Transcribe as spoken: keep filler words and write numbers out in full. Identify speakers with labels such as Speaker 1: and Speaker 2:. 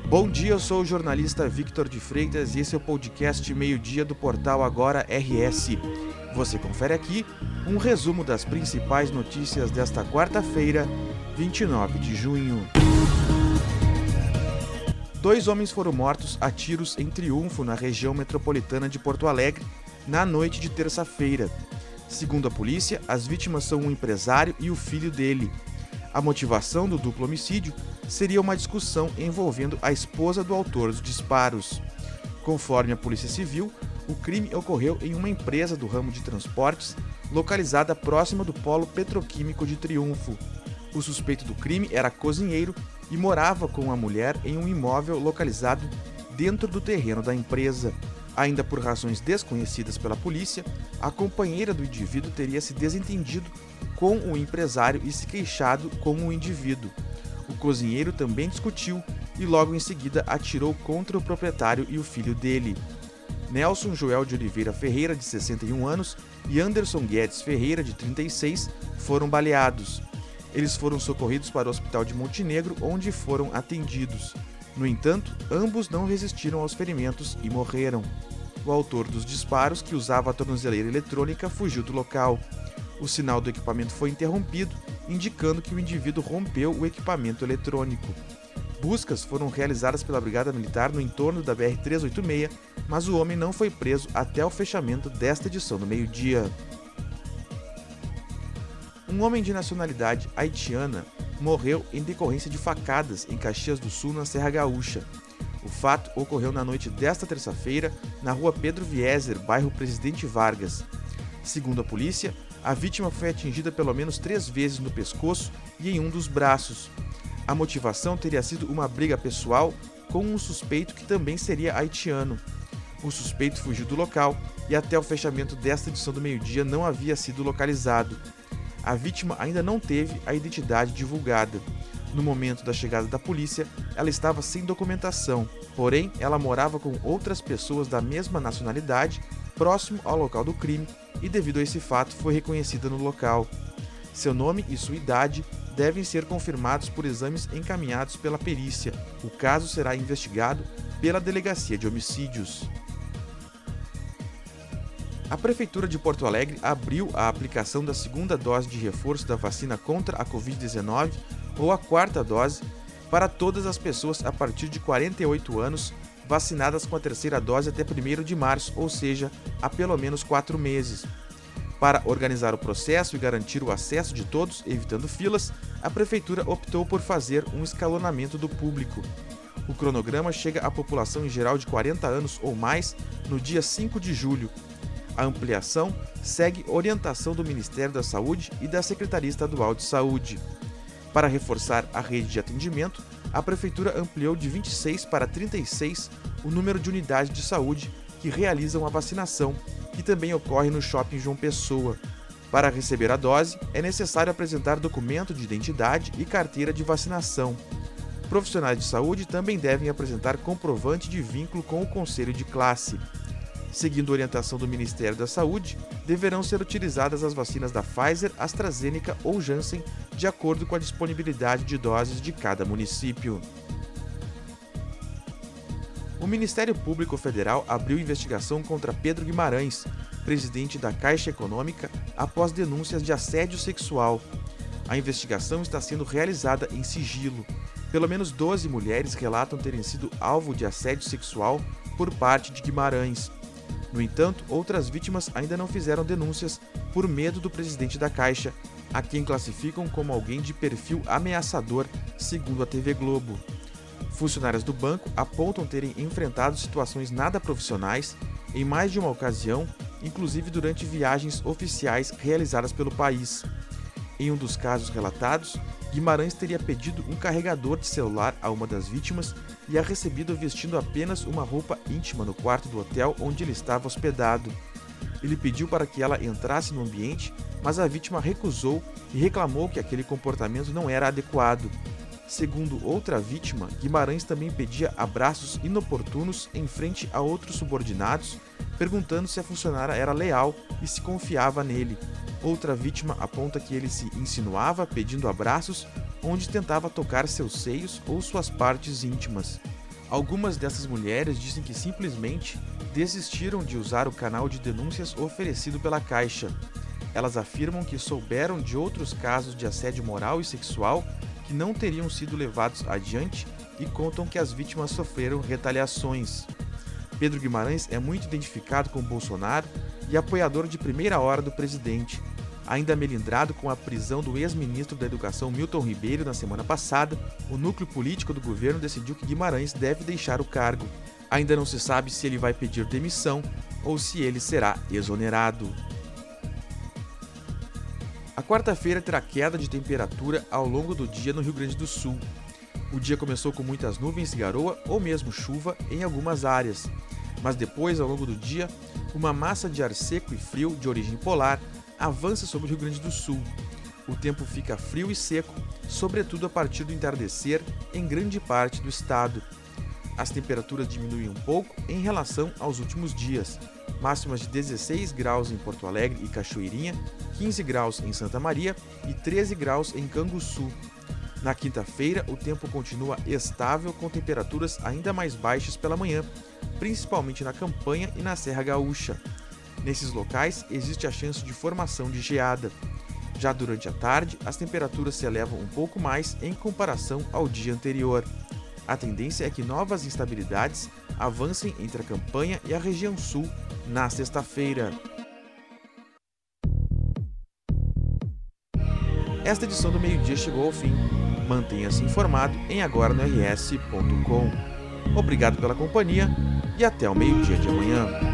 Speaker 1: Bom dia, eu sou o jornalista Victor de Freitas e esse é o podcast Meio-Dia do portal Agora R S. Você confere aqui um resumo das principais notícias desta quarta-feira, vinte e nove de junho. Dois homens foram mortos a tiros em Triunfo, na região metropolitana de Porto Alegre, na noite de terça-feira. Segundo a polícia, as vítimas são um empresário e o filho dele. A motivação do duplo homicídio seria uma discussão envolvendo a esposa do autor dos disparos. Conforme a Polícia Civil, o crime ocorreu em uma empresa do ramo de transportes localizada próxima do polo petroquímico de Triunfo. O suspeito do crime era cozinheiro e morava com a mulher em um imóvel localizado dentro do terreno da empresa. Ainda por razões desconhecidas pela polícia, a companheira do indivíduo teria se desentendido com o empresário e se queixado com o indivíduo. O cozinheiro também discutiu e logo em seguida atirou contra o proprietário e o filho dele. Nelson Joel de Oliveira Ferreira, de sessenta e um anos, e Anderson Guedes Ferreira, de trinta e seis, foram baleados. Eles foram socorridos para o hospital de Montenegro, onde foram atendidos. No entanto, ambos não resistiram aos ferimentos e morreram. O autor dos disparos, que usava a tornozeleira eletrônica, fugiu do local. O sinal do equipamento foi interrompido, indicando que o indivíduo rompeu o equipamento eletrônico. Buscas foram realizadas pela Brigada Militar no entorno da B R trezentos e oitenta e seis, mas o homem não foi preso até o fechamento desta edição do meio-dia. Um homem de nacionalidade haitiana morreu em decorrência de facadas em Caxias do Sul, na Serra Gaúcha. O fato ocorreu na noite desta terça-feira, na rua Pedro Vieser, bairro Presidente Vargas. Segundo a polícia, a vítima foi atingida pelo menos três vezes no pescoço e em um dos braços. A motivação teria sido uma briga pessoal com um suspeito que também seria haitiano. O suspeito fugiu do local e até o fechamento desta edição do meio-dia não havia sido localizado. A vítima ainda não teve a identidade divulgada. No momento da chegada da polícia, ela estava sem documentação, porém ela morava com outras pessoas da mesma nacionalidade, próximo ao local do crime, e devido a esse fato foi reconhecida no local. Seu nome e sua idade devem ser confirmados por exames encaminhados pela perícia. O caso será investigado pela Delegacia de Homicídios. A Prefeitura de Porto Alegre abriu a aplicação da segunda dose de reforço da vacina contra a covid dezenove, ou a quarta dose, para todas as pessoas a partir de quarenta e oito anos vacinadas com a terceira dose até primeiro de março, ou seja, há pelo menos quatro meses. Para organizar o processo e garantir o acesso de todos, evitando filas, a Prefeitura optou por fazer um escalonamento do público. O cronograma chega à população em geral de quarenta anos ou mais no dia cinco de julho. A ampliação segue orientação do Ministério da Saúde e da Secretaria Estadual de Saúde. Para reforçar a rede de atendimento, a Prefeitura ampliou de vinte e seis para trinta e seis o número de unidades de saúde que realizam a vacinação, que também ocorre no Shopping João Pessoa. Para receber a dose, é necessário apresentar documento de identidade e carteira de vacinação. Profissionais de saúde também devem apresentar comprovante de vínculo com o Conselho de Classe. Seguindo a orientação do Ministério da Saúde, deverão ser utilizadas as vacinas da Pfizer, AstraZeneca ou Janssen, de acordo com a disponibilidade de doses de cada município. O Ministério Público Federal abriu investigação contra Pedro Guimarães, presidente da Caixa Econômica, após denúncias de assédio sexual. A investigação está sendo realizada em sigilo. Pelo menos doze mulheres relatam terem sido alvo de assédio sexual por parte de Guimarães. No entanto, outras vítimas ainda não fizeram denúncias por medo do presidente da Caixa, a quem classificam como alguém de perfil ameaçador, segundo a T V Globo. Funcionárias do banco apontam terem enfrentado situações nada profissionais em mais de uma ocasião, inclusive durante viagens oficiais realizadas pelo país. Em um dos casos relatados, Guimarães teria pedido um carregador de celular a uma das vítimas e a recebido vestindo apenas uma roupa íntima no quarto do hotel onde ele estava hospedado. Ele pediu para que ela entrasse no ambiente, mas a vítima recusou e reclamou que aquele comportamento não era adequado. Segundo outra vítima, Guimarães também pedia abraços inoportunos em frente a outros subordinados, perguntando se a funcionária era leal e se confiava nele. Outra vítima aponta que ele se insinuava pedindo abraços, onde tentava tocar seus seios ou suas partes íntimas. Algumas dessas mulheres dizem que simplesmente desistiram de usar o canal de denúncias oferecido pela Caixa. Elas afirmam que souberam de outros casos de assédio moral e sexual que não teriam sido levados adiante e contam que as vítimas sofreram retaliações. Pedro Guimarães é muito identificado com Bolsonaro e apoiador de primeira hora do presidente. Ainda melindrado com a prisão do ex-ministro da Educação Milton Ribeiro na semana passada, o núcleo político do governo decidiu que Guimarães deve deixar o cargo. Ainda não se sabe se ele vai pedir demissão ou se ele será exonerado. A quarta-feira terá queda de temperatura ao longo do dia no Rio Grande do Sul. O dia começou com muitas nuvens e garoa ou mesmo chuva em algumas áreas. Mas depois, ao longo do dia, uma massa de ar seco e frio de origem polar avança sobre o Rio Grande do Sul. O tempo fica frio e seco, sobretudo a partir do entardecer em grande parte do estado. As temperaturas diminuem um pouco em relação aos últimos dias. Máximas de dezesseis graus em Porto Alegre e Cachoeirinha, quinze graus em Santa Maria e treze graus em Canguçu. Na quinta-feira, o tempo continua estável com temperaturas ainda mais baixas pela manhã, principalmente na Campanha e na Serra Gaúcha. Nesses locais, existe a chance de formação de geada. Já durante a tarde, as temperaturas se elevam um pouco mais em comparação ao dia anterior. A tendência é que novas instabilidades avancem entre a Campanha e a região sul na sexta-feira. Esta edição do Meio-Dia chegou ao fim. Mantenha-se informado em agora no r s ponto com. Obrigado pela companhia e até o meio-dia de amanhã.